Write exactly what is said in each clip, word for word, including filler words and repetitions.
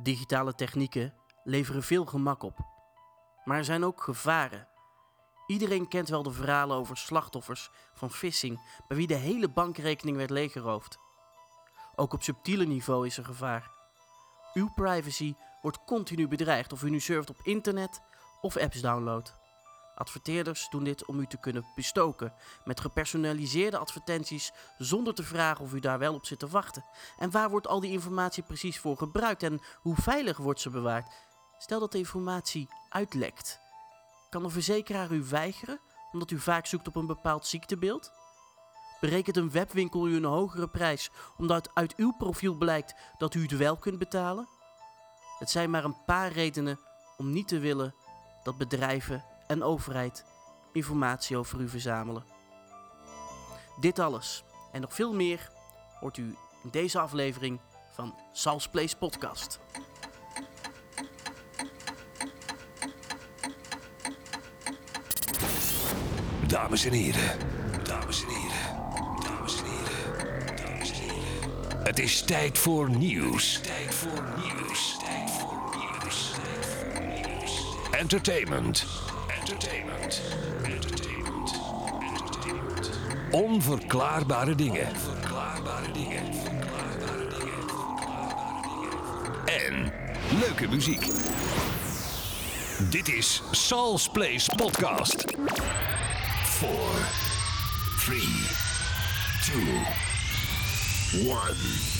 Digitale technieken leveren veel gemak op. Maar er zijn ook gevaren. Iedereen kent wel de verhalen over slachtoffers van phishing, bij wie de hele bankrekening werd leeggeroofd. Ook op subtiele niveau is er gevaar. Uw privacy wordt continu bedreigd of u nu surft op internet of apps downloadt. Adverteerders doen dit om u te kunnen bestoken met gepersonaliseerde advertenties zonder te vragen of u daar wel op zit te wachten. En waar wordt al die informatie precies voor gebruikt en hoe veilig wordt ze bewaard? Stel dat de informatie uitlekt. Kan een verzekeraar u weigeren omdat u vaak zoekt op een bepaald ziektebeeld? Berekent een webwinkel u een hogere prijs omdat uit uw profiel blijkt dat u het wel kunt betalen? Het zijn maar een paar redenen om niet te willen dat bedrijven en overheid informatie over u verzamelen. Dit alles en nog veel meer hoort u in deze aflevering van Sal's Place Podcast. Dames en heren, dames en heren, dames en heren, dames en heren. Het is tijd voor nieuws. Tijd voor nieuws. Tijd voor nieuws. Tijd voor nieuws. Entertainment. Entertainment. Entertainment. Entertainment. Onverklaarbare dingen. Onverklaarbare dingen. Onverklaarbare dingen. Onverklaarbare dingen. En leuke muziek. Dit is Sal's Place Podcast. Four, three, two, one.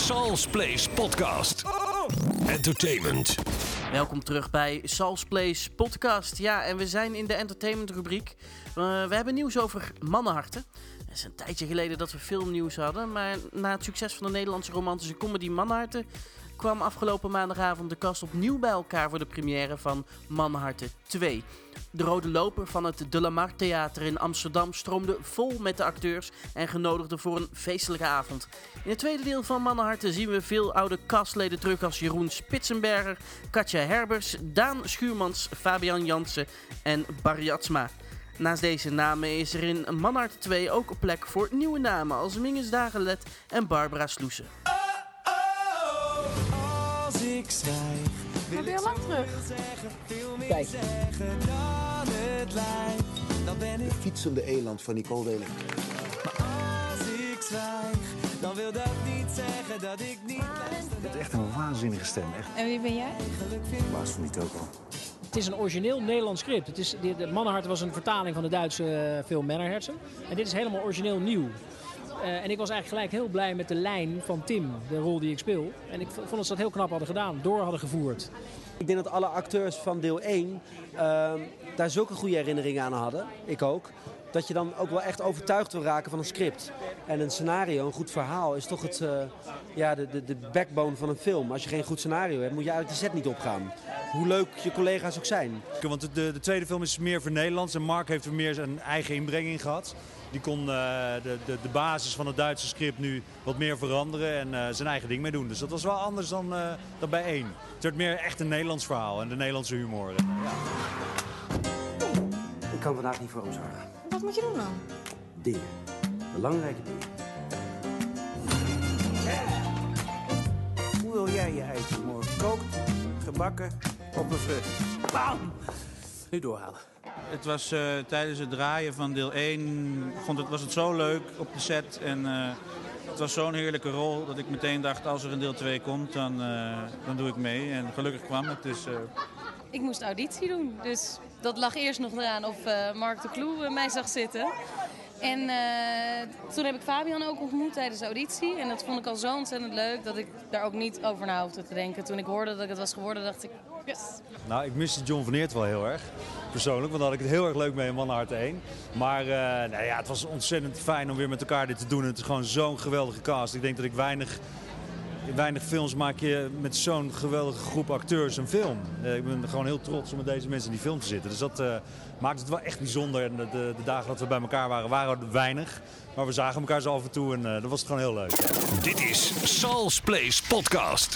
Sal's Place Podcast. Entertainment. Welkom terug bij Sal's Place Podcast. Ja, en we zijn in de entertainment rubriek. Uh, we hebben nieuws over mannenharten. Het is een tijdje geleden dat we filmnieuws hadden, maar na het succes van de Nederlandse romantische comedy Mannenharten kwam afgelopen maandagavond de cast opnieuw bij elkaar voor de première van Mannenharten twee. De rode loper van het De La Mar Theater in Amsterdam stroomde vol met de acteurs en genodigden voor een feestelijke avond. In het tweede deel van Mannenharten zien we veel oude castleden terug als Jeroen Spitsenberger, Katja Herbers, Daan Schuurmans, Fabian Jansen en Barry Jatsma. Naast deze namen is er in Mannenharten twee ook plek voor nieuwe namen als Mingus Dagelet en Barbara Sloesen. Als ik zwijg, wil ik lang terug zeggen, veel meer zeggen dan het lijkt. Dan ben ik de fietsende eland van Nicole Weling. Maar als ik zwijg, dan wil dat niet zeggen dat ik niet luister. Het is echt een waanzinnige stem, echt. En wie ben jij? Baas van die toko. Het is een origineel Nederlands script. Het is, de, de Mannenharten was een vertaling van de Duitse uh, film Männerherzen. En dit is helemaal origineel nieuw. Uh, en ik was eigenlijk gelijk heel blij met de lijn van Tim, de rol die ik speel. En ik vond dat ze dat heel knap hadden gedaan, door hadden gevoerd. Ik denk dat alle acteurs van deel één uh, daar zulke goede herinneringen aan hadden. Ik ook. Dat je dan ook wel echt overtuigd wil raken van een script. En een scenario, een goed verhaal, is toch het, uh, ja, de, de, de backbone van een film. Als je geen goed scenario hebt, moet je eigenlijk de set niet opgaan. Hoe leuk je collega's ook zijn. Want de, de tweede film is meer voor Nederlands en Mark heeft er meer zijn eigen inbreng in gehad. Die kon uh, de, de, de basis van het Duitse script nu wat meer veranderen en uh, zijn eigen ding mee doen. Dus dat was wel anders dan, uh, dan bij één. Het werd meer echt een Nederlands verhaal en de Nederlandse humor. En, uh, ja. Ik kan vandaag niet voor hem zorgen. Wat moet je doen dan? Dingen. Belangrijke dingen. Hoe wil jij je eitje morgen? Gekookt, gebakken of bevrucht? Bam! Nu doorhalen. Het was uh, tijdens het draaien van deel één vond het, was het zo leuk op de set. En uh, het was zo'n heerlijke rol dat ik meteen dacht, als er een deel twee komt, dan, uh, dan doe ik mee. En gelukkig kwam het. Dus, uh... Ik moest auditie doen, dus dat lag eerst nog eraan of uh, Mark de Kloe uh, mij zag zitten. En uh, toen heb ik Fabian ook ontmoet tijdens de auditie. En dat vond ik al zo ontzettend leuk dat ik daar ook niet over na hoefde te denken. Toen ik hoorde dat ik het was geworden, dacht ik, yes. Nou, ik miste John van Eert wel heel erg, persoonlijk. Want daar had ik het heel erg leuk mee in Mannenharten één. Maar uh, nou ja, het was ontzettend fijn om weer met elkaar dit te doen. Het is gewoon zo'n geweldige cast. Ik denk dat ik weinig... In weinig films maak je met zo'n geweldige groep acteurs een film. Uh, ik ben gewoon heel trots om met deze mensen in die film te zitten. Dus dat uh, maakt het wel echt bijzonder. En de, de, de dagen dat we bij elkaar waren, waren er weinig. Maar we zagen elkaar zo af en toe en uh, dat was het gewoon heel leuk. Dit is Sal's Place Podcast.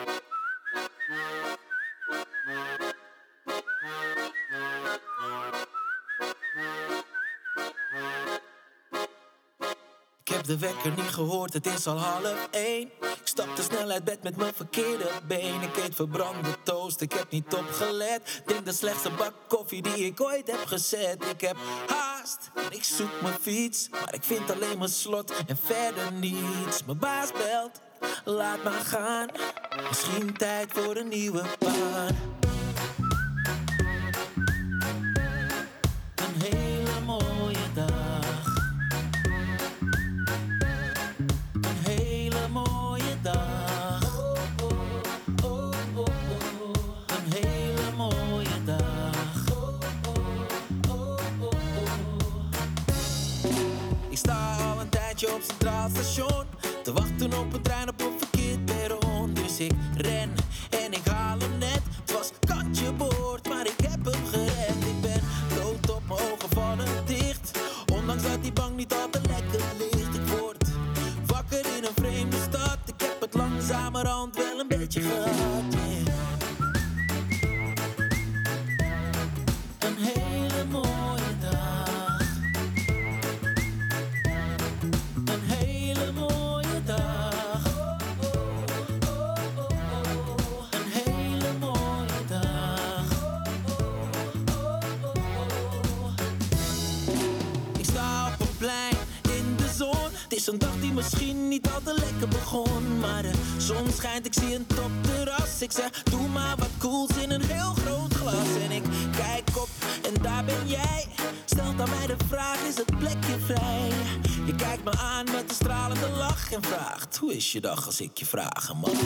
Ik heb de wekker niet gehoord, het is al half één. Ik stapte snel uit bed met mijn verkeerde been. Ik eet verbrande toast, ik heb niet opgelet. Drink de slechtste bak koffie die ik ooit heb gezet. Ik heb haast en ik zoek mijn fiets. Maar ik vind alleen mijn slot en verder niets. Mijn baas belt, laat maar gaan. Misschien tijd voor een nieuwe baan. Een hele mooie dag. Op Centraal Station te wachten op een trein op een verkeerd perron. Dus ik ren en ik haal hem net. Het was kantje boord, maar ik heb hem gered. Ik ben dood op mijn ogen vallen dicht. Ondanks dat die bank niet al te lekker ligt. Ik word wakker in een vreemde stad. Ik heb het langzamerhand wel een beetje gehad, yeah. Een hele mooie dag. Het is een dag die misschien niet al te lekker begon. begon. Maar de zon schijnt, ik zie een topterras. Ik zeg, doe maar wat cools in een heel groot glas. En ik kijk op en daar ben jij. Stelt aan mij de vraag, is het plekje vrij? Je kijkt me aan met een stralende lach en vraagt, hoe is je dag als ik je vragen mag?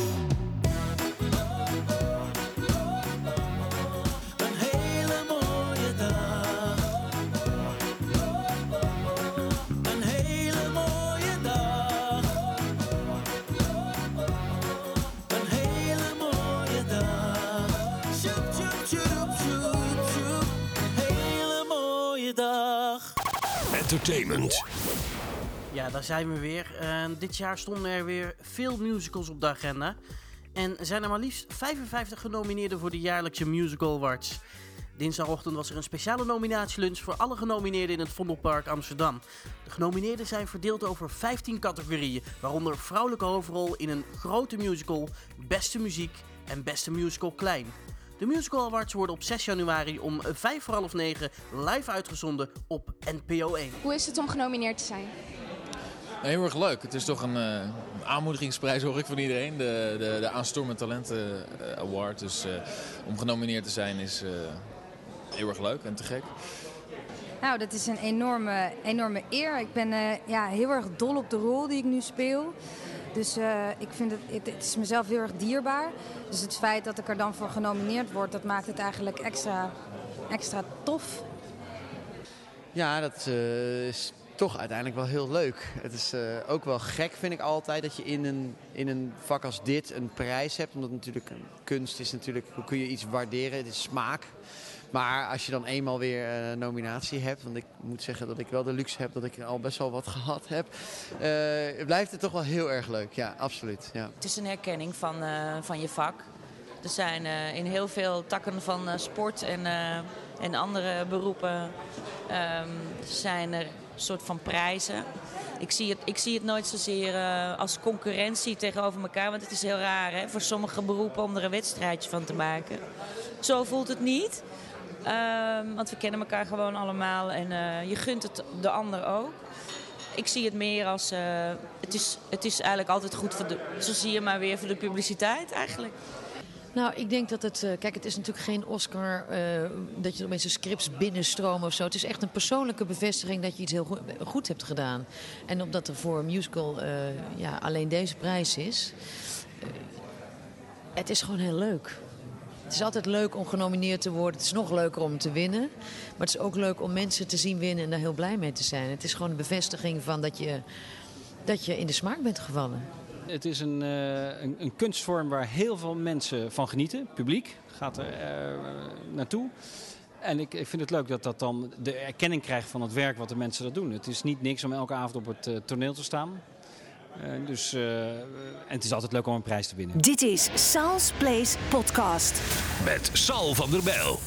Entertainment. Ja, daar zijn we weer. Uh, dit jaar stonden er weer veel musicals op de agenda. En zijn er maar liefst vijfenvijftig genomineerden voor de jaarlijkse Musical Awards. Dinsdagochtend was er een speciale nominatielunch voor alle genomineerden in het Vondelpark Amsterdam. De genomineerden zijn verdeeld over vijftien categorieën, waaronder vrouwelijke hoofdrol in een grote musical, beste muziek en beste musical klein. De Musical Awards worden op zes januari om vijf voor half negen live uitgezonden op N P O één. Hoe is het om genomineerd te zijn? Heel erg leuk. Het is toch een uh, aanmoedigingsprijs, hoor ik van iedereen. De, de, de Aanstormend Talenten uh, Award. Dus uh, om genomineerd te zijn is uh, heel erg leuk en te gek. Nou, dat is een enorme, enorme eer. Ik ben uh, ja, heel erg dol op de rol die ik nu speel. Dus uh, ik vind het, het, het is mezelf heel erg dierbaar. Dus het feit dat ik er dan voor genomineerd word, dat maakt het eigenlijk extra, extra tof. Ja, dat uh, is toch uiteindelijk wel heel leuk. Het is uh, ook wel gek, vind ik altijd, dat je in een, in een vak als dit een prijs hebt. Omdat natuurlijk kunst is natuurlijk, hoe kun je iets waarderen? Het is smaak. Maar als je dan eenmaal weer een uh, nominatie hebt, want ik moet zeggen dat ik wel de luxe heb dat ik al best wel wat gehad heb, uh, blijft het toch wel heel erg leuk. Ja, absoluut. Ja. Het is een herkenning van, uh, van je vak. Er zijn uh, in heel veel takken van uh, sport en, uh, en andere beroepen um, zijn er soort van prijzen. Ik zie het, ik zie het nooit zozeer uh, als concurrentie tegenover elkaar, want het is heel raar, hè, voor sommige beroepen om er een wedstrijdje van te maken. Zo voelt het niet. Um, want we kennen elkaar gewoon allemaal en uh, je gunt het de ander ook. Ik zie het meer als, uh, het, is, het is eigenlijk altijd goed voor de, zo zie je maar weer, voor de publiciteit eigenlijk. Nou, ik denk dat het, uh, kijk, het is natuurlijk geen Oscar uh, dat je opeens de scripts binnenstromen of zo. Het is echt een persoonlijke bevestiging dat je iets heel goed, goed hebt gedaan. En omdat er voor een musical uh, ja, alleen deze prijs is, uh, het is gewoon heel leuk. Het is altijd leuk om genomineerd te worden. Het is nog leuker om te winnen. Maar het is ook leuk om mensen te zien winnen en daar heel blij mee te zijn. Het is gewoon een bevestiging van dat je, dat je in de smaak bent gevallen. Het is een, uh, een, een kunstvorm waar heel veel mensen van genieten. Het publiek gaat er uh, naartoe. En ik, ik vind het leuk dat dat dan de erkenning krijgt van het werk wat de mensen dat doen. Het is niet niks om elke avond op het uh, toneel te staan. Uh, dus, uh, en het is altijd leuk om een prijs te winnen. Dit is Sal's Place Podcast. Met Sal van der Bijl.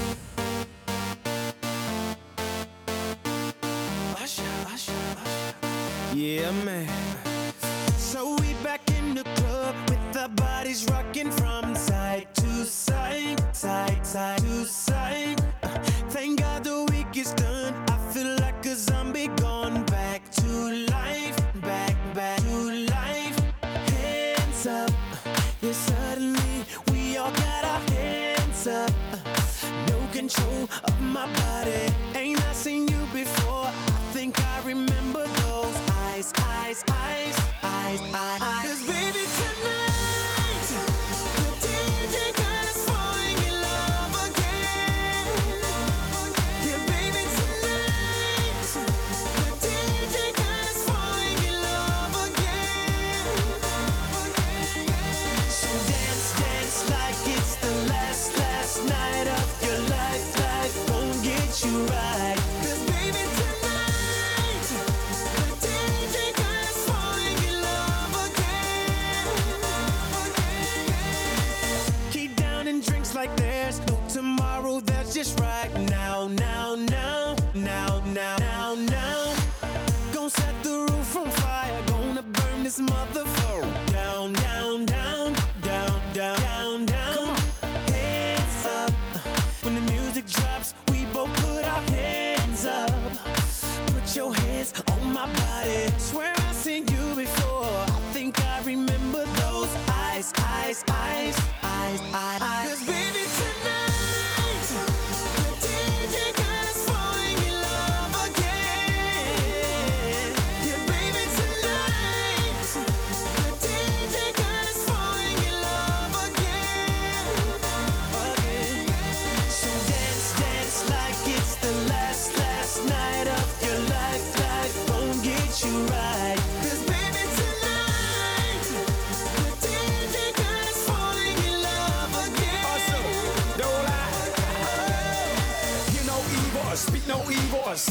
Yeah, man. So we back in the club with our bodies rocking from side to side, side, side to side. Thank God the week is done. I feel like a zombie gone back to life, back, back to life. Hands up, yeah, suddenly we all got our hands up. No control of my body. Ain't I seen you before? I think I remember those eyes, eyes, eyes, eyes, eyes, eyes. 'Cause baby tonight, the D J got us falling in love again. Yeah, baby tonight, the D J got us falling in love again. So dance, dance like it's the last, last night of your life. Life won't get you right. 'Cause baby tonight, the D J got us falling in love again. Keep down and drinks like there's no tomorrow. That's just right now, now, now, now, now, now, now. Gonna set the roof on fire. Gonna burn this motherfucker down, down, down, down, down, down, down. Hands up. When the music drops, we both put our hands up. Put your hands on my body. Swear I've seen you before. I think I remember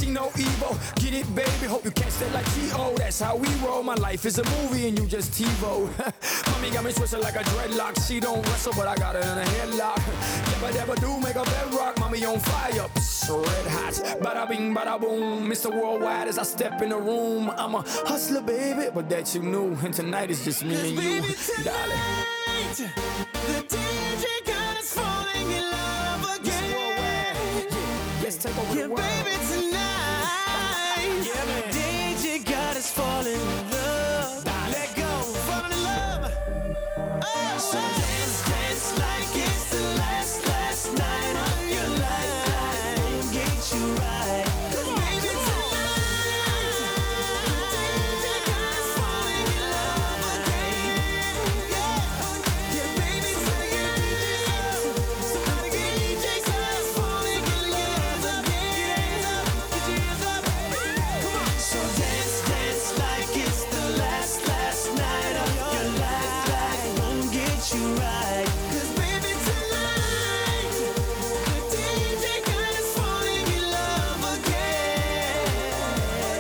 see no evil. Get it, baby, hope you catch that like T O. That's how we roll. My life is a movie and you just TiVo. Mommy got me twisted like a dreadlock. She don't wrestle, but I got her in a headlock. Never, never do make a bedrock. Mommy on fire, psst, red hot. Bada bing, bada boom. Mister Worldwide as I step in the room. I'm a hustler, baby, but that you knew. And tonight is just me and you, darling. The D J got us falling in love again. Let's take over yeah, the world. baby, tonight. Yeah, man. D J got us falling in love. Let go, falling in love. Oh, so dance, dance like it's the last, last night of your life. Won't get you right. 'Cause baby, tonight, the D J got us falling in love again. Yeah, yeah, baby, somebody get D J up. Somebody get D J up. Falling in love again. Get your hands up, get your hands up. Come on. So dance, dance like it's the last, last night of your life. Won't get you right. 'Cause baby, tonight, the D J got us falling in love again.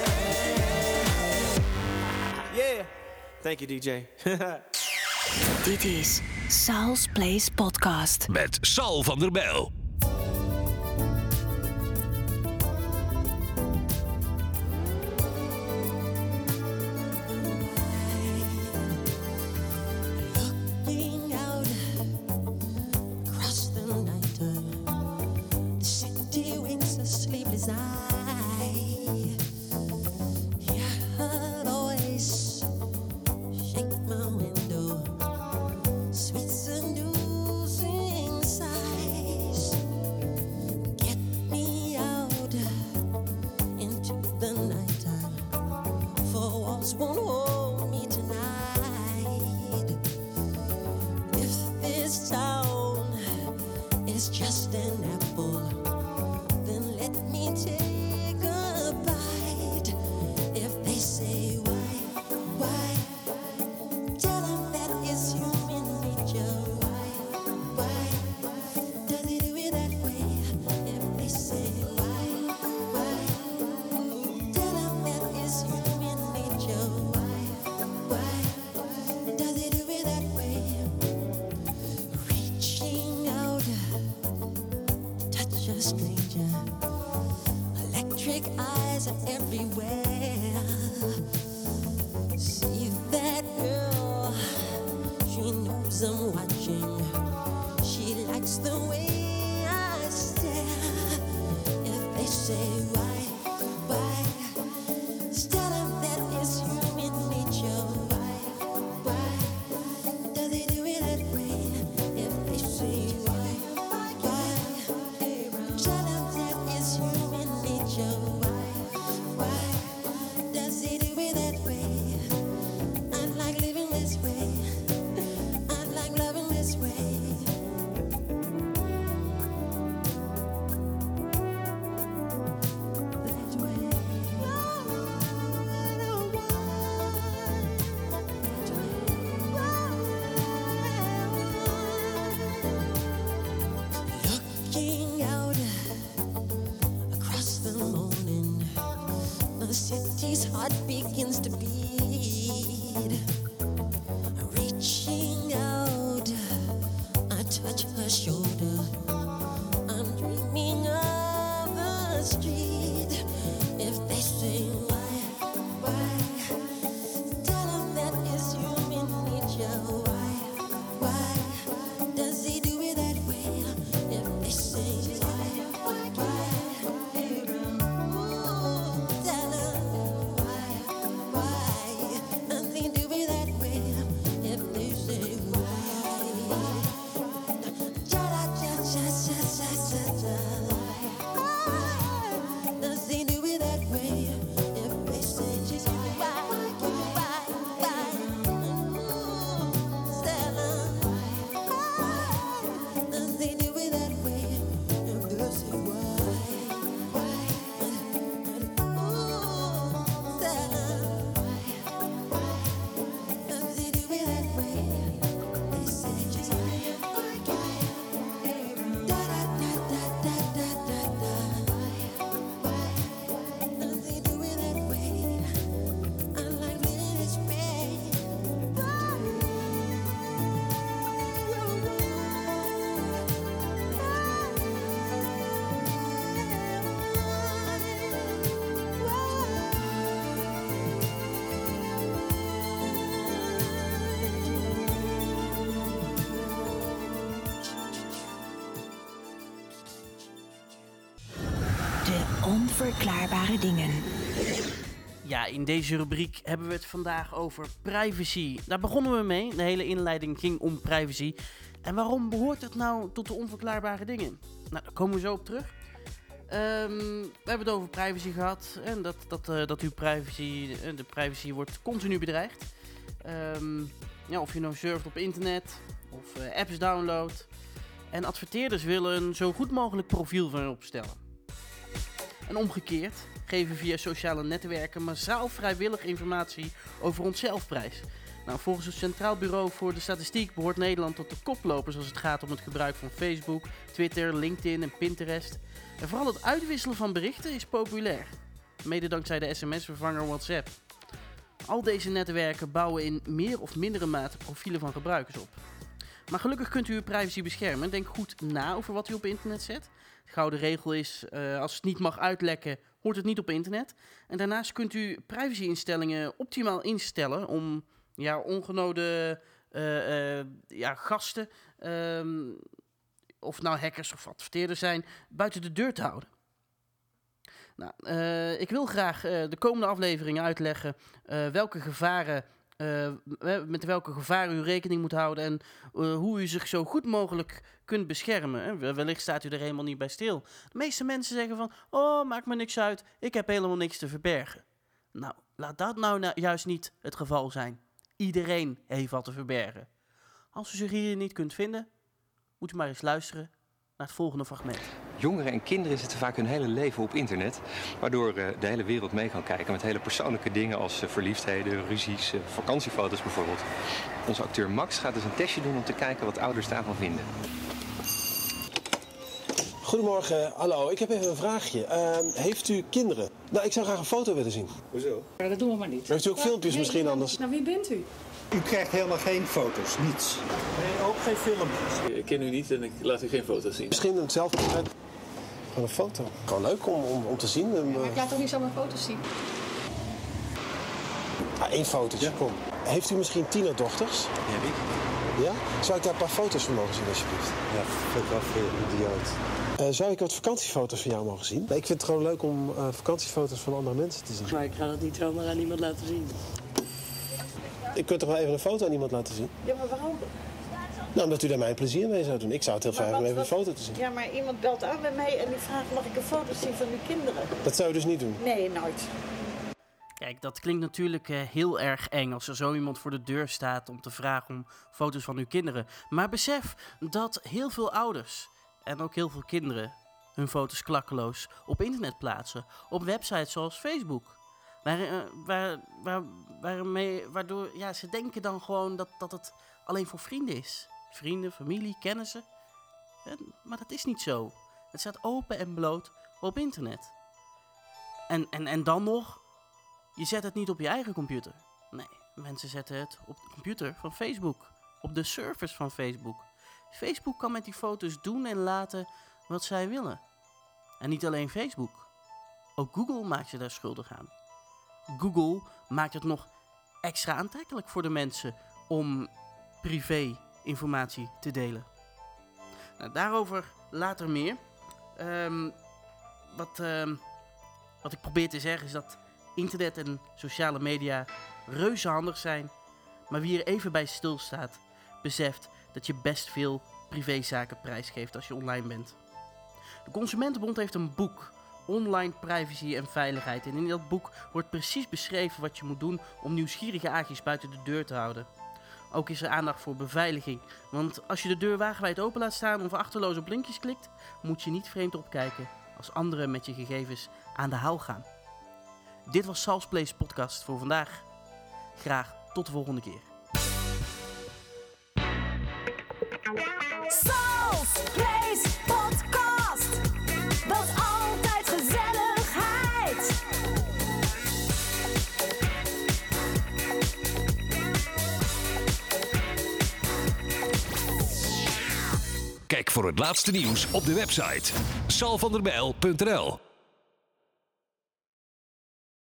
Yeah. Thank you, D J. Dit is Sal's Place Podcast. Met Sal van der Bijl. Looking out across the night, the city winks a sleepless eye. Hear her voice shake my window, sweet seducing sighs. Get me out into the nighttime, for walls won't hold me tonight. If this town is just an apple, then let me take a bite. If they say why, why, tell them that it's human nature. Why, why, does it do it that way? If they say why, why, tell them that it's human nature. Why, why, does it do it that way? Reaching out, touch a stranger. Electric eyes are everywhere. See that girl, she knows I'm watching. She likes the way I stare. If they say why, why, tell them that it's human nature. Why, why, does it do it that way? If they say why, why, tell them that it's human nature. Why, why, does it do it that way? I like living this way. I like loving this way. Onverklaarbare dingen. Ja, in deze rubriek hebben we het vandaag over privacy. Daar begonnen we mee. De hele inleiding ging om privacy. En waarom behoort het nou tot de onverklaarbare dingen? Nou, daar komen we zo op terug. Um, we hebben het over privacy gehad. En dat, dat, uh, dat uw privacy, uh, de privacy wordt continu bedreigd. Um, ja, of je nou surft op internet of uh, apps downloadt. En adverteerders willen een zo goed mogelijk profiel van je opstellen. En omgekeerd geven via sociale netwerken massaal vrijwillig informatie over onszelf prijs. Nou, volgens het Centraal Bureau voor de Statistiek behoort Nederland tot de koplopers als het gaat om het gebruik van Facebook, Twitter, LinkedIn en Pinterest. En vooral het uitwisselen van berichten is populair. Mede dankzij de sms-vervanger WhatsApp. Al deze netwerken bouwen in meer of mindere mate profielen van gebruikers op. Maar gelukkig kunt u uw privacy beschermen. Denk goed na over wat u op internet zet. De gouden regel is, uh, als het niet mag uitlekken, hoort het niet op internet. En daarnaast kunt u privacy-instellingen optimaal instellen om ja, ongenode uh, uh, ja, gasten, um, of nou hackers of adverteerders zijn, buiten de deur te houden. Nou, uh, ik wil graag uh, de komende afleveringen uitleggen uh, welke gevaren, uh, met welke gevaren u rekening moet houden en uh, hoe u zich zo goed mogelijk kunt beschermen. Wellicht staat u er helemaal niet bij stil. De meeste mensen zeggen van, oh, maakt me niks uit, ik heb helemaal niks te verbergen. Nou, laat dat nou na- juist niet het geval zijn. Iedereen heeft wat te verbergen. Als u zich hier niet kunt vinden, moet u maar eens luisteren naar het volgende fragment. Jongeren en kinderen zitten vaak hun hele leven op internet, waardoor uh, de hele wereld mee kan kijken met hele persoonlijke dingen als uh, verliefdheden, ruzies, uh, vakantiefoto's bijvoorbeeld. Onze acteur Max gaat dus een testje doen om te kijken wat ouders daarvan vinden. Goedemorgen, hallo. Ik heb even een vraagje. Uh, heeft u kinderen? Nou, ik zou graag een foto willen zien. Hoezo? Maar dat doen we maar niet. Heeft u ook Wat? filmpjes Nee, misschien anders? Nou, wie bent u? U krijgt helemaal geen foto's, niets. Nee, ook geen filmpjes. Ik ken u niet en ik laat u geen foto's zien. Misschien een zelfportret. Gewoon een foto. Gewoon leuk om, om, om te zien. Ja, maar ik laat toch niet zomaar foto's zien? Ah, één fotootje, ja. Kom. Heeft u misschien tienerdochters? Ja, ik. Ja? Zou ik daar een paar foto's van mogen zien, alsjeblieft? Ja, fotograf, idioot. Uh, zou ik wat vakantiefoto's van jou mogen zien? Ik vind het gewoon leuk om uh, vakantiefoto's van andere mensen te zien. Maar ik ga dat niet zomaar aan iemand laten zien. Ik kunt toch wel even een foto aan iemand laten zien? Ja, maar waarom? Nou, omdat u daar mij plezier mee zou doen. Ik zou het heel fijn vinden om even een foto te zien. Ja, maar iemand belt aan bij mij en die vraagt, mag ik een foto zien van uw kinderen? Dat zou u dus niet doen? Nee, nooit. Kijk, dat klinkt natuurlijk uh, heel erg eng als er zo iemand voor de deur staat om te vragen om foto's van uw kinderen. Maar besef dat heel veel ouders en ook heel veel kinderen hun foto's klakkeloos op internet plaatsen. Op websites zoals Facebook. Waar, uh, waar, waar, waarmee, waardoor ja, ze denken dan gewoon dat, dat het alleen voor vrienden is. Vrienden, familie, kennissen. En, maar dat is niet zo. Het staat open en bloot op internet. En, en, en dan nog, je zet het niet op je eigen computer. Nee, mensen zetten het op de computer van Facebook. Op de servers van Facebook. Facebook kan met die foto's doen en laten wat zij willen. En niet alleen Facebook. Ook Google maakt je daar schuldig aan. Google maakt het nog extra aantrekkelijk voor de mensen om privé-informatie te delen. Nou, daarover later meer. Um, wat, um, wat ik probeer te zeggen is dat internet en sociale media reuze handig zijn. Maar wie er even bij stilstaat, beseft dat je best veel privézaken prijsgeeft als je online bent. De Consumentenbond heeft een boek, Online Privacy en Veiligheid. En in dat boek wordt precies beschreven wat je moet doen om nieuwsgierige aagjes buiten de deur te houden. Ook is er aandacht voor beveiliging. Want als je de deur wagenwijd open laat staan of achterloos op linkjes klikt, moet je niet vreemd opkijken als anderen met je gegevens aan de haal gaan. Dit was Sal's Place podcast voor vandaag. Graag tot de volgende keer. Sal's Place podcast. Dat is altijd gezelligheid. Kijk voor het laatste nieuws op de website sal van der bijl punt n l.